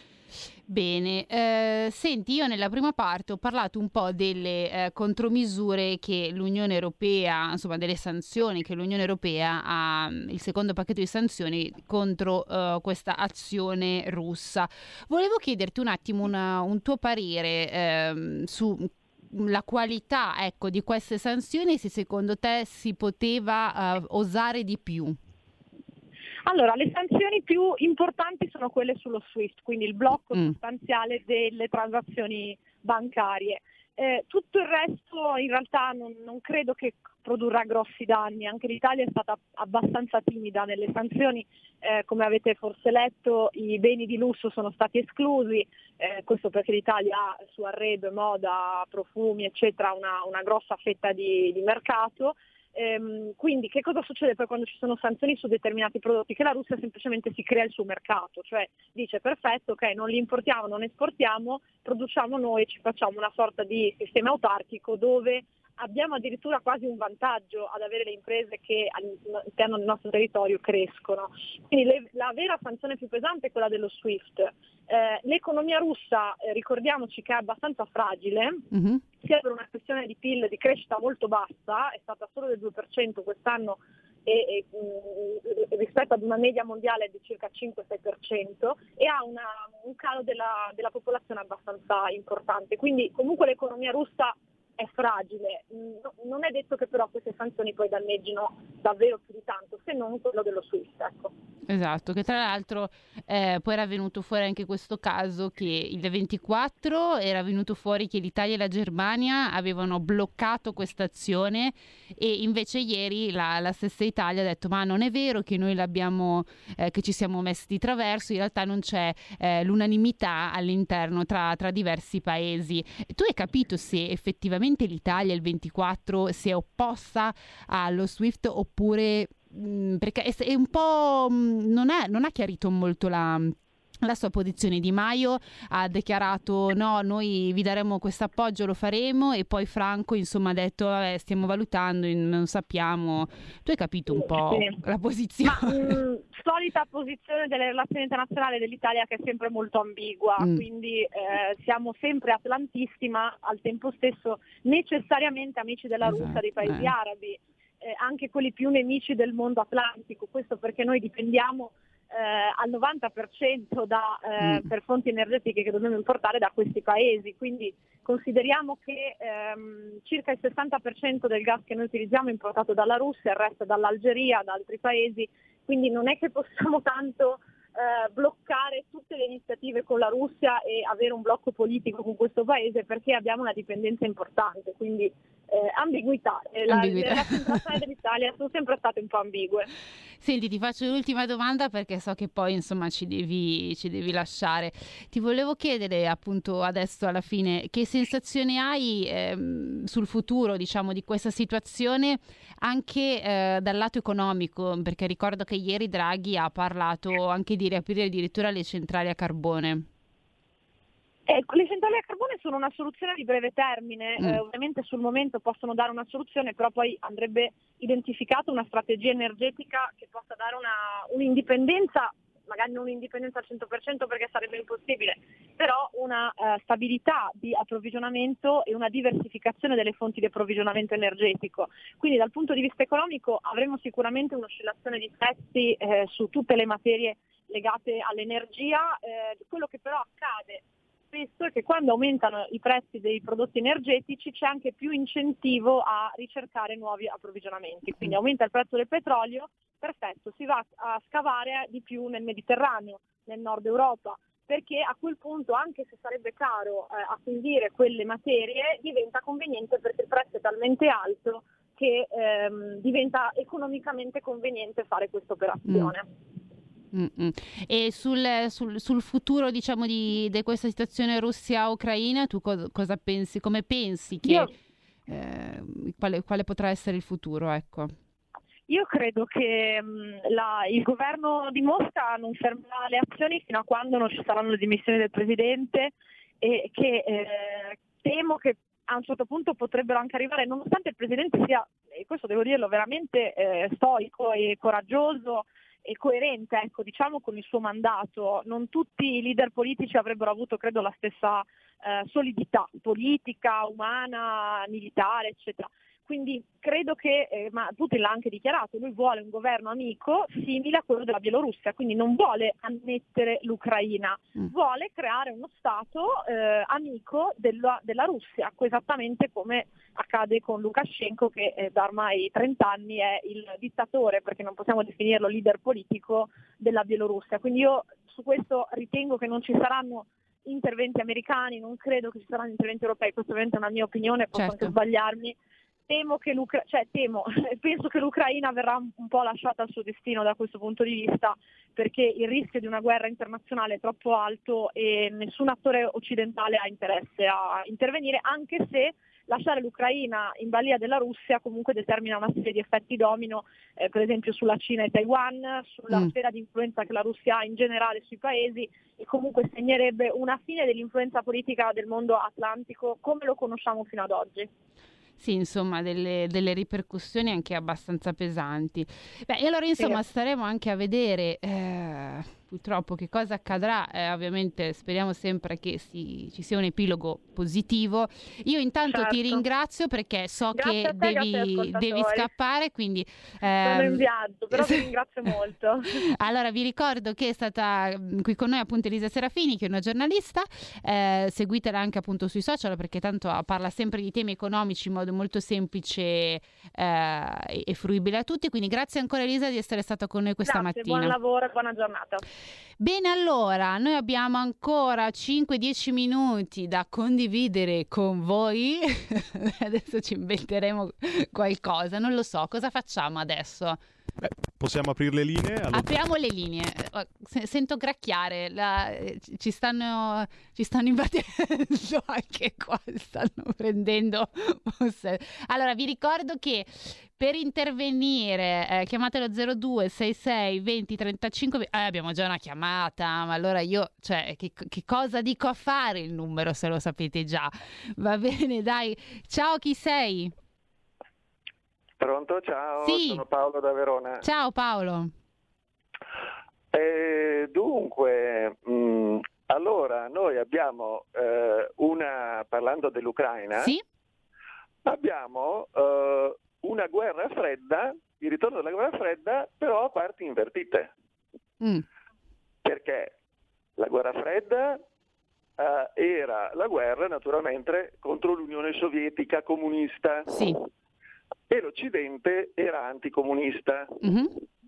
Bene, eh, senti, io nella prima parte ho parlato un po' delle eh, contromisure che l'Unione Europea, insomma delle sanzioni che l'Unione Europea ha, il secondo pacchetto di sanzioni contro uh, questa azione russa. Volevo chiederti un attimo una, un tuo parere eh, su la qualità, ecco, di queste sanzioni e se secondo te si poteva uh, osare di più. Allora, le sanzioni più importanti sono quelle sullo SWIFT, quindi il blocco mm. sostanziale delle transazioni bancarie. Eh, tutto il resto in realtà non, non credo che produrrà grossi danni. Anche l'Italia è stata abbastanza timida nelle sanzioni, eh, come avete forse letto i beni di lusso sono stati esclusi, eh, questo perché l'Italia ha su arredo, moda, profumi eccetera una, una grossa fetta di, di mercato. Ehm, quindi che cosa succede poi quando ci sono sanzioni su determinati prodotti? Che la Russia semplicemente si crea il suo mercato, cioè dice perfetto, ok, non li importiamo, non esportiamo, produciamo noi, ci facciamo una sorta di sistema autarchico dove abbiamo addirittura quasi un vantaggio ad avere le imprese che all'interno del nostro territorio crescono. Quindi le, la vera sanzione più pesante è quella dello SWIFT. Eh, l'economia russa, eh, ricordiamoci che è abbastanza fragile, mm-hmm. sia per una questione di P I L di crescita molto bassa, è stata solo del due per cento quest'anno, e, e mh, rispetto ad una media mondiale di circa cinque sei per cento, e ha una, un calo della, della popolazione abbastanza importante. Quindi comunque l'economia russa è fragile. No, non è detto che però queste sanzioni poi danneggino davvero più di tanto, se non quello dello SWIFT, ecco. Esatto, che tra l'altro eh, poi era venuto fuori anche questo caso che il ventiquattro era venuto fuori che l'Italia e la Germania avevano bloccato questa azione, e invece ieri la, la stessa Italia ha detto ma non è vero che noi l'abbiamo eh, che ci siamo messi di traverso, in realtà non c'è eh, l'unanimità all'interno tra, tra diversi paesi. Tu hai capito se effettivamente l'Italia il ventiquattro si è opposta allo SWIFT oppure... perché è, è un po' non, è, non ha chiarito molto la, la sua posizione. Di Maio ha dichiarato no, noi vi daremo questo appoggio, lo faremo, e poi Franco insomma ha detto vabbè, stiamo valutando, non sappiamo. Tu hai capito un po' sì. la posizione? Ma, mh, solita posizione delle relazioni internazionali dell'Italia che è sempre molto ambigua, mm. quindi eh, siamo sempre atlantisti ma al tempo stesso necessariamente amici della esatto. Russia, dei paesi eh. arabi. Eh, anche quelli più nemici del mondo atlantico, questo perché noi dipendiamo eh, al novanta per cento da, eh, mm. per fonti energetiche che dobbiamo importare da questi paesi, quindi consideriamo che ehm, circa il sessanta per cento del gas che noi utilizziamo è importato dalla Russia, il resto dall'Algeria, da altri paesi, quindi non è che possiamo tanto eh, bloccare tutte le iniziative con la Russia e avere un blocco politico con questo paese, perché abbiamo una dipendenza importante, quindi Eh, ambiguità. Eh, la, ambiguità. Le rappresentazioni dell'Italia sono sempre state un po' ambigue. Senti, ti faccio l'ultima domanda perché so che poi insomma ci devi, ci devi lasciare. Ti volevo chiedere appunto adesso alla fine che sensazione hai ehm, sul futuro, diciamo, di questa situazione anche eh, dal lato economico, perché ricordo che ieri Draghi ha parlato anche di riaprire addirittura le centrali a carbone. Eh, le centrali a carbone sono una soluzione di breve termine, mm. eh, ovviamente sul momento possono dare una soluzione, però poi andrebbe identificata una strategia energetica che possa dare una, un'indipendenza, magari non un'indipendenza al cento per cento perché sarebbe impossibile, però una uh, stabilità di approvvigionamento e una diversificazione delle fonti di approvvigionamento energetico. Quindi dal punto di vista economico avremo sicuramente un'oscillazione di prezzi eh, su tutte le materie legate all'energia, eh, quello che però accade spesso è che quando aumentano i prezzi dei prodotti energetici c'è anche più incentivo a ricercare nuovi approvvigionamenti, quindi aumenta il prezzo del petrolio, perfetto, si va a scavare di più nel Mediterraneo, nel nord Europa, perché a quel punto, anche se sarebbe caro eh, acquisire quelle materie, diventa conveniente perché il prezzo è talmente alto che ehm, diventa economicamente conveniente fare questa operazione. Mm. Mm-mm. E sul, sul, sul futuro, diciamo, di, di questa situazione Russia-Ucraina, tu co- cosa pensi? Come pensi che Io... eh, quale, quale potrà essere il futuro? Ecco. Io credo che mh, la, il governo di Mosca non fermerà le azioni fino a quando non ci saranno le dimissioni del presidente, e che eh, temo che a un certo punto potrebbero anche arrivare, nonostante il presidente sia, e questo devo dirlo, veramente eh, stoico e coraggioso e coerente, ecco, diciamo, con il suo mandato. Non tutti i leader politici avrebbero avuto, credo, la stessa eh, solidità politica, umana, militare, eccetera. Quindi credo che, eh, ma Putin l'ha anche dichiarato, lui vuole un governo amico simile a quello della Bielorussia, quindi non vuole annettere l'Ucraina, mm. vuole creare uno Stato eh, amico della, della Russia, esattamente come accade con Lukashenko, che eh, da ormai trenta anni è il dittatore, perché non possiamo definirlo leader politico, della Bielorussia. Quindi io su questo ritengo che non ci saranno interventi americani, non credo che ci saranno interventi europei, questa ovviamente è una mia opinione, posso certo. anche sbagliarmi. Temo che l'Ucra- cioè temo, penso che l'Ucraina verrà un po' lasciata al suo destino da questo punto di vista, perché il rischio di una guerra internazionale è troppo alto e nessun attore occidentale ha interesse a intervenire, anche se lasciare l'Ucraina in balia della Russia comunque determina una serie di effetti domino, eh, per esempio sulla Cina e Taiwan, sulla mm. sfera di influenza che la Russia ha in generale sui paesi, e comunque segnerebbe una fine dell'influenza politica del mondo atlantico come lo conosciamo fino ad oggi. sì, insomma, delle, delle ripercussioni anche abbastanza pesanti. Beh, e allora insomma Sì. staremo anche a vedere eh, purtroppo che cosa accadrà. Eh, ovviamente speriamo sempre che si, ci sia un epilogo positivo. Io intanto ti Certo. ringrazio perché so Grazie che a te, grazie agli devi, ascoltatori. devi scappare, quindi Sono in ehm, viaggio, però vi ringrazio molto. allora vi ricordo che è stata mm, qui con noi appunto Elisa Serafini, che è una giornalista, eh, seguitela anche appunto sui social perché tanto ah, parla sempre di temi economici in modo molto semplice eh, e, e fruibile a tutti, quindi grazie ancora Elisa di essere stata con noi questa Grazie, mattina. buon lavoro e buona giornata. Bene, allora, noi abbiamo ancora cinque dieci minuti da condividere con voi. Adesso ci inventeremo qualcosa, non lo so, cosa facciamo adesso? Beh, possiamo aprire le linee? Allo- Apriamo le linee. Eh, se- Sento gracchiare, la- eh, ci ci stanno, ci stanno invadendo anche qua, stanno prendendo forse. Allora, vi ricordo che per intervenire eh, chiamate lo zero due sei sei venti trentacinque. Eh, abbiamo già una chiamata, ma allora io, cioè, che, che cosa dico a fare il numero se lo sapete già? Va bene, dai. Ciao, chi sei? Pronto, ciao, Sì. sono Paolo da Verona. Ciao Paolo. Eh, dunque, mh, allora noi abbiamo eh, una, parlando dell'Ucraina, Sì? abbiamo eh, una guerra fredda, il ritorno della guerra fredda, però a parti invertite. Mm. Perché la guerra fredda eh, era la guerra naturalmente contro l'Unione Sovietica comunista. Sì. E l'Occidente era anticomunista. Mhm.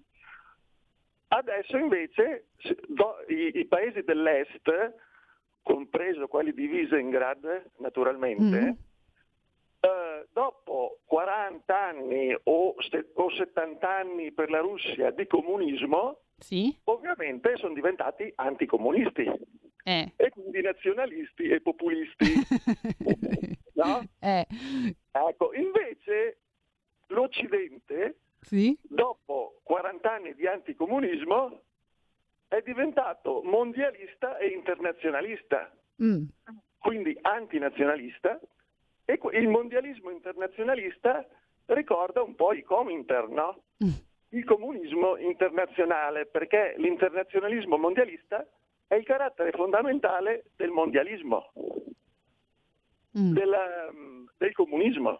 Adesso invece se- do- i, i paesi dell'est, compreso quelli di Visegrad naturalmente, Mhm. eh, dopo quaranta anni o, se- o settanta anni per la Russia di comunismo, Sì? ovviamente sono diventati anticomunisti Eh. e quindi nazionalisti e populisti. No? Eh. Ecco, invece l'Occidente, Sì? dopo quaranta anni di anticomunismo, è diventato mondialista e internazionalista, Mm. quindi antinazionalista, e que- il mondialismo internazionalista ricorda un po' i Comintern, no? Mm. Il comunismo internazionale, perché l'internazionalismo mondialista è il carattere fondamentale del mondialismo, Mm. della- del comunismo.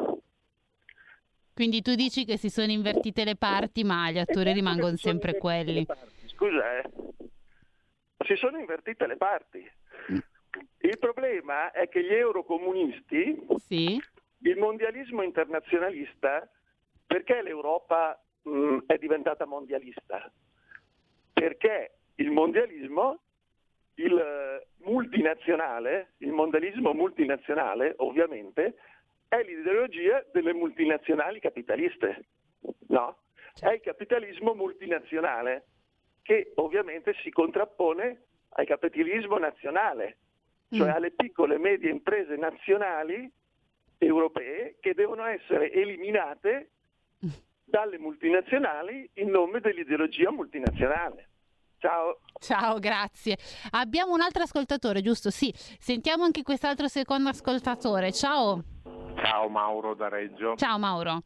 Quindi tu dici che si sono invertite le parti, ma gli attori Esatto, rimangono che si sono sempre invertite quelli. le parti. Scusa, eh. Si sono invertite le parti. Il problema è che gli eurocomunisti, Sì? il mondialismo internazionalista, perché l'Europa mh, è diventata mondialista? Perché il mondialismo, il eh, multinazionale, il mondialismo multinazionale, ovviamente, è l'ideologia delle multinazionali capitaliste, no? È il capitalismo multinazionale che ovviamente si contrappone al capitalismo nazionale, cioè Mm. alle piccole e medie imprese nazionali europee che devono essere eliminate dalle multinazionali in nome dell'ideologia multinazionale. Ciao. Ciao, grazie. Abbiamo un altro ascoltatore, giusto? Sì. Sentiamo anche quest'altro secondo ascoltatore. Ciao. Ciao Mauro da Reggio. Ciao Mauro.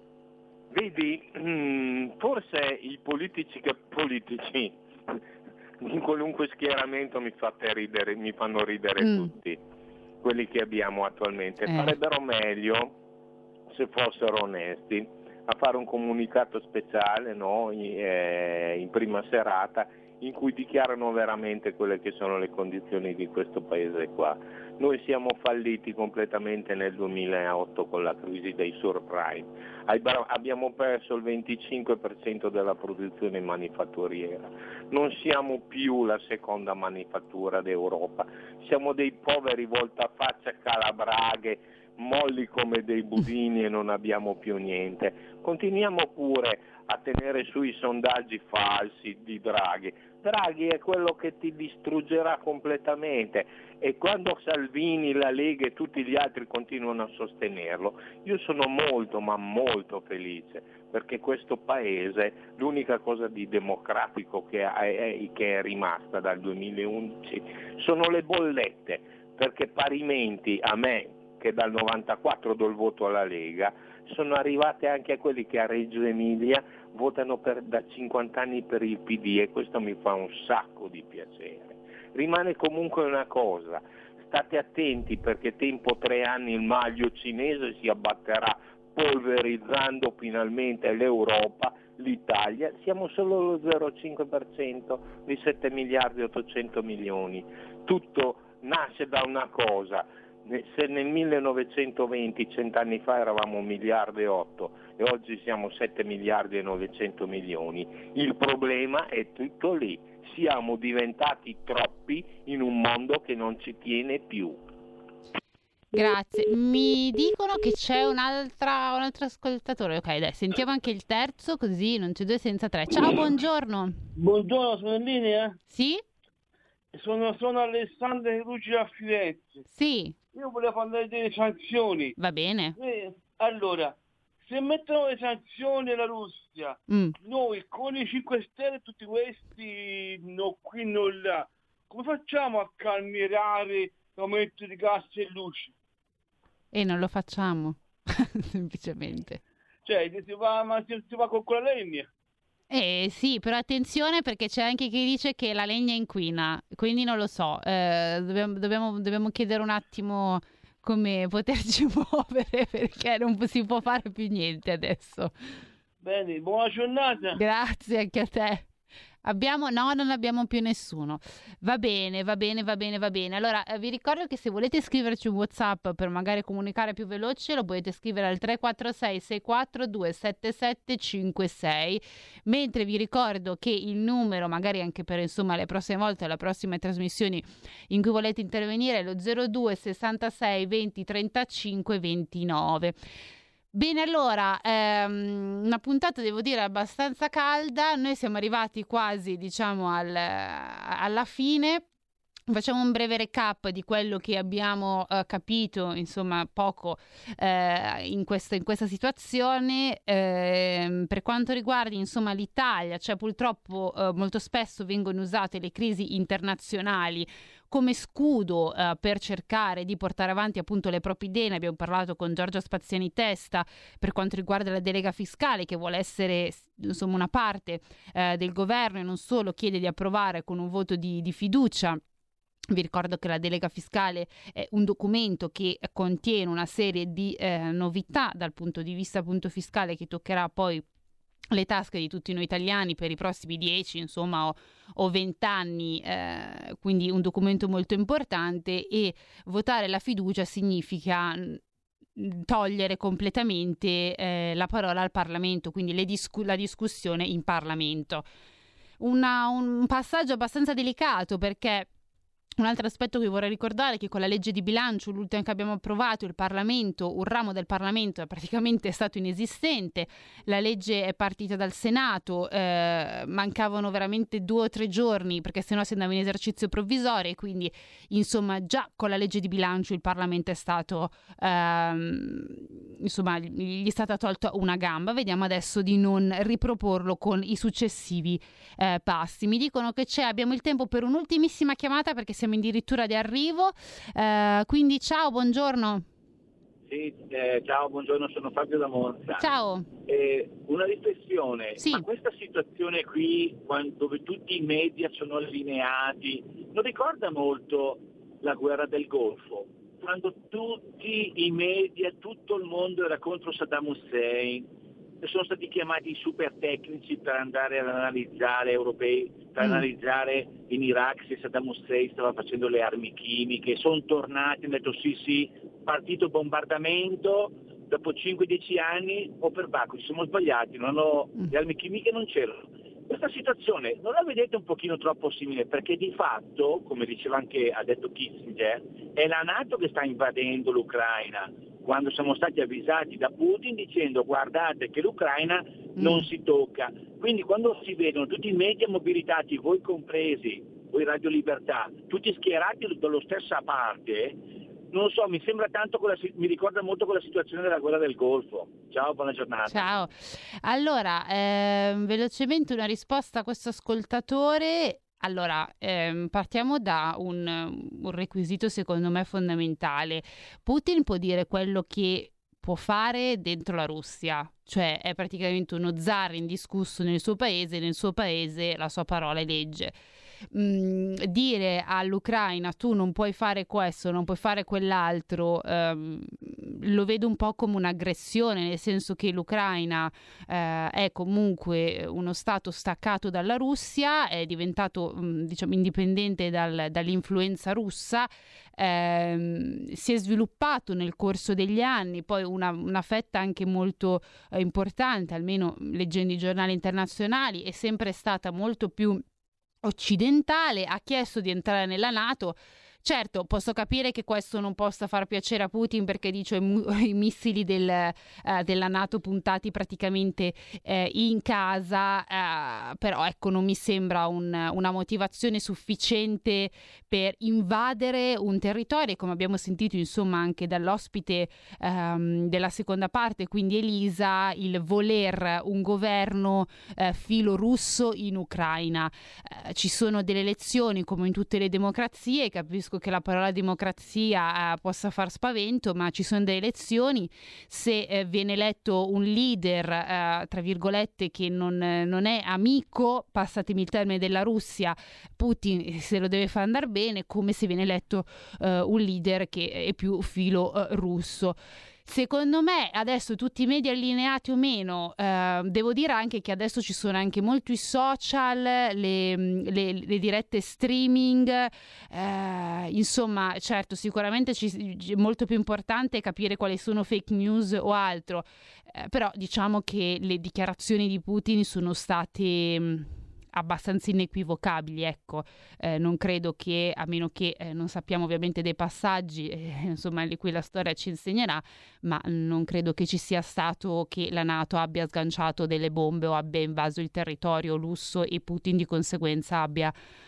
Vedi, mm, forse i politici che politici in qualunque schieramento mi fate ridere, mi fanno ridere Mm. tutti, quelli che abbiamo attualmente. Eh. Farebbero meglio se fossero onesti a fare un comunicato speciale, no, in, eh, in prima serata, in cui dichiarano veramente quelle che sono le condizioni di questo paese qua. Noi siamo falliti completamente nel duemilaotto con la crisi dei subprime. Abbiamo perso il venticinque per cento della produzione manifatturiera. Non siamo più la seconda manifattura d'Europa. Siamo dei poveri voltafaccia calabraghe, molli come dei budini e non abbiamo più niente. Continuiamo pure a tenere sui sondaggi falsi di Draghi. Draghi è quello che ti distruggerà completamente, e quando Salvini, la Lega e tutti gli altri continuano a sostenerlo, io sono molto ma molto felice, perché questo paese, l'unica cosa di democratico che è, che è rimasta dal duemilaundici sono le bollette, perché parimenti a me, che dal novantaquattro do il voto alla Lega, sono arrivate anche a quelli che a Reggio Emilia votano per, da cinquanta anni per il P D, e questo mi fa un sacco di piacere. Rimane comunque una cosa, state attenti perché tempo tre anni il maglio cinese si abbatterà polverizzando finalmente l'Europa, l'Italia, siamo solo allo zero virgola cinque per cento di sette miliardi e ottocento milioni. Tutto nasce da una cosa: se nel millenovecentoventi, cent'anni fa, eravamo un miliardo e otto e oggi siamo sette miliardi e novecento milioni, il problema è tutto lì, siamo diventati troppi in un mondo che non ci tiene più. Grazie. Mi dicono che c'è un'altra, un altro ascoltatore. Ok, dai, sentiamo anche il terzo, così non c'è due senza tre. Ciao, buongiorno. Buongiorno, sono in linea? Sì? Sono, sono Alessandro Luci a Firenze. Sì. Io volevo parlare delle sanzioni. Va bene. Eh, allora, se mettono le sanzioni alla Russia, mm. noi con i cinque Stelle tutti questi, no qui, non là, come facciamo a calmierare l'aumento di gas e luce? E non lo facciamo, semplicemente. Cioè, si va, ma si, si va con quella legna. Eh sì, però attenzione perché c'è anche chi dice che la legna inquina, quindi non lo so, eh, dobbiamo, dobbiamo, dobbiamo chiedere un attimo come poterci muovere perché non si può fare più niente adesso. Bene, buona giornata. Grazie anche a te. Abbiamo, no, non abbiamo più nessuno. Va bene, va bene, va bene, va bene. Allora, eh, vi ricordo che se volete scriverci un WhatsApp per magari comunicare più veloce, lo potete scrivere al tre quattro sei sei quattro due sette sette cinque sei. Mentre vi ricordo che il numero, magari anche per insomma le prossime volte, le prossime trasmissioni in cui volete intervenire, è lo zero due sessantasei venti trentacinque ventinove. Bene, allora, ehm, una puntata devo dire abbastanza calda, noi siamo arrivati quasi diciamo al, alla fine, facciamo un breve recap di quello che abbiamo eh, capito, insomma poco eh, in, questa, in questa situazione. Eh, per quanto riguarda insomma l'Italia, cioè purtroppo eh, molto spesso vengono usate le crisi internazionali come scudo eh, per cercare di portare avanti appunto le proprie idee. Ne abbiamo parlato con Giorgia Spaziani Testa per quanto riguarda la delega fiscale, che vuole essere insomma una parte eh, del governo e non solo chiede di approvare con un voto di, di fiducia. Vi ricordo che la delega fiscale è un documento che contiene una serie di eh, novità dal punto di vista appunto fiscale, che toccherà poi le tasche di tutti noi italiani per i prossimi dieci insomma o, o vent'anni, eh, quindi un documento molto importante, e votare la fiducia significa togliere completamente eh, la parola al Parlamento, quindi le discu- la discussione in Parlamento. Una, un passaggio abbastanza delicato, perché un altro aspetto che vorrei ricordare è che con la legge di bilancio, l'ultima che abbiamo approvato, il Parlamento, un ramo del Parlamento è praticamente stato inesistente. La legge è partita dal Senato, eh, mancavano veramente due o tre giorni perché sennò si andava in esercizio provvisorio, e quindi insomma già con la legge di bilancio il Parlamento è stato ehm, insomma gli è stata tolta una gamba. Vediamo adesso di non riproporlo con i successivi eh, passi. Mi dicono che c'è, abbiamo il tempo per un'ultimissima chiamata perché siamo addirittura di arrivo, eh, quindi ciao, buongiorno. Sì, eh, ciao, buongiorno, sono Fabio da Monza. Ciao. Eh, una riflessione, sì. Ma questa situazione qui, quando, dove tutti i media sono allineati, non ricorda molto la guerra del Golfo, quando tutti i media, tutto il mondo era contro Saddam Hussein, sono stati chiamati i super tecnici per andare ad analizzare, europei, per mm. analizzare in Iraq se Saddam Hussein stava facendo le armi chimiche, sono tornati, hanno detto sì sì, partito bombardamento, dopo cinque dieci anni, o per Baku, ci siamo sbagliati, non ho, mm. le armi chimiche non c'erano. Questa situazione non la vedete un pochino troppo simile? Perché di fatto, come diceva anche, ha detto Kissinger, è la NATO che sta invadendo l'Ucraina, quando siamo stati avvisati da Putin dicendo guardate che l'Ucraina mm. non si tocca. Quindi quando si vedono tutti i media mobilitati, voi compresi, voi Radio Libertà, tutti schierati dalla stessa parte, non lo so, mi sembra tanto, quella, mi ricorda molto quella situazione della guerra del Golfo. Ciao, buona giornata. Ciao. Allora, eh, velocemente una risposta a questo ascoltatore. Allora, ehm, partiamo da un, un requisito secondo me fondamentale. Putin può dire quello che può fare dentro la Russia, cioè è praticamente uno zar indiscusso nel suo paese, nel suo paese la sua parola è legge. Mm, dire all'Ucraina tu non puoi fare questo, non puoi fare quell'altro, ehm, lo vedo un po' come un'aggressione, nel senso che l'Ucraina eh, è comunque uno stato staccato dalla Russia, è diventato mh, diciamo indipendente dal, dall'influenza russa, ehm, si è sviluppato nel corso degli anni poi una, una fetta anche molto eh, importante, almeno leggendo i giornali internazionali, è sempre stata molto più occidentale, ha chiesto di entrare nella NATO. Certo, posso capire che questo non possa far piacere a Putin perché dice i, i missili del, uh, della NATO puntati praticamente uh, in casa, uh, però ecco non mi sembra un, una motivazione sufficiente per invadere un territorio, come abbiamo sentito insomma anche dall'ospite um, della seconda parte, quindi Elisa, il voler un governo uh, filorusso in Ucraina. Uh, ci sono delle elezioni come in tutte le democrazie, capisco che la parola democrazia eh, possa far spavento, ma ci sono delle elezioni, se eh, viene eletto un leader eh, tra virgolette che non, eh, non è amico, passatemi il termine, della Russia, Putin se lo deve far andare bene, come se viene eletto eh, un leader che è più filo eh, russo. Secondo me adesso tutti i media allineati o meno, eh, devo dire anche che adesso ci sono anche molti social, le, le, le dirette streaming, eh, insomma certo sicuramente ci, è molto più importante capire quali sono fake news o altro, eh, però diciamo che le dichiarazioni di Putin sono state mh, abbastanza inequivocabili, ecco, eh, non credo che, a meno che eh, non sappiamo ovviamente dei passaggi, eh, insomma di cui la storia ci insegnerà, ma non credo che ci sia stato che la NATO abbia sganciato delle bombe o abbia invaso il territorio russo e Putin di conseguenza abbia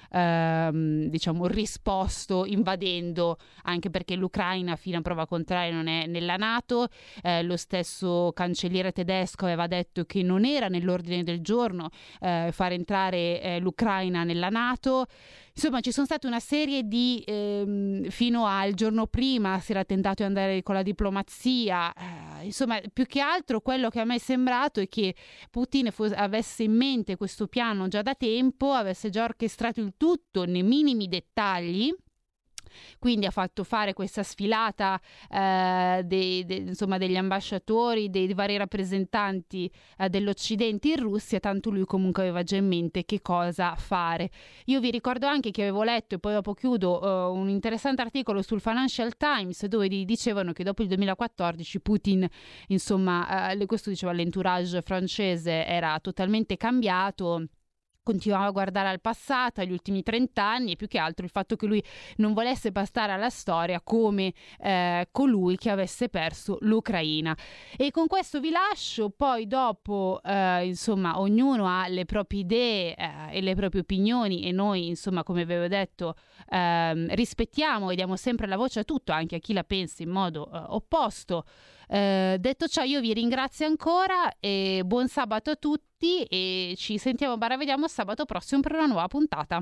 ehm, diciamo risposto invadendo, anche perché l'Ucraina fino a prova contraria non è nella NATO, eh, lo stesso cancelliere tedesco aveva detto che non era nell'ordine del giorno eh, far entrare eh, l'Ucraina nella NATO. Insomma ci sono state una serie di ehm, fino al giorno prima si era tentato di andare con la diplomazia, eh, insomma più che altro quello che a me è sembrato è che Putin fo- avesse in mente questo piano già da tempo, avesse già orchestrato il tutto nei minimi dettagli. Quindi ha fatto fare questa sfilata eh, dei, de, insomma, degli ambasciatori, dei vari rappresentanti eh, dell'Occidente in Russia, tanto lui comunque aveva già in mente che cosa fare. Io vi ricordo anche che avevo letto, e poi dopo chiudo, uh, un interessante articolo sul Financial Times dove dicevano che dopo il duemilaquattordici Putin, insomma, uh, questo diceva l'entourage francese era totalmente cambiato, continuava a guardare al passato, agli ultimi trent'anni, e più che altro il fatto che lui non volesse passare alla storia come eh, colui che avesse perso l'Ucraina. E con questo vi lascio, poi dopo eh, insomma ognuno ha le proprie idee eh, e le proprie opinioni e noi insomma come vi avevo detto eh, rispettiamo e diamo sempre la voce a tutto, anche a chi la pensa in modo eh, opposto. Eh, detto ciò io vi ringrazio ancora e buon sabato a tutti e ci sentiamo, bara vediamo sabato prossimo per una nuova puntata.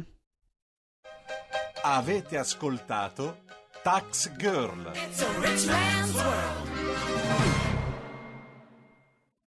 Avete ascoltato Tax Girl. It's a rich man's world.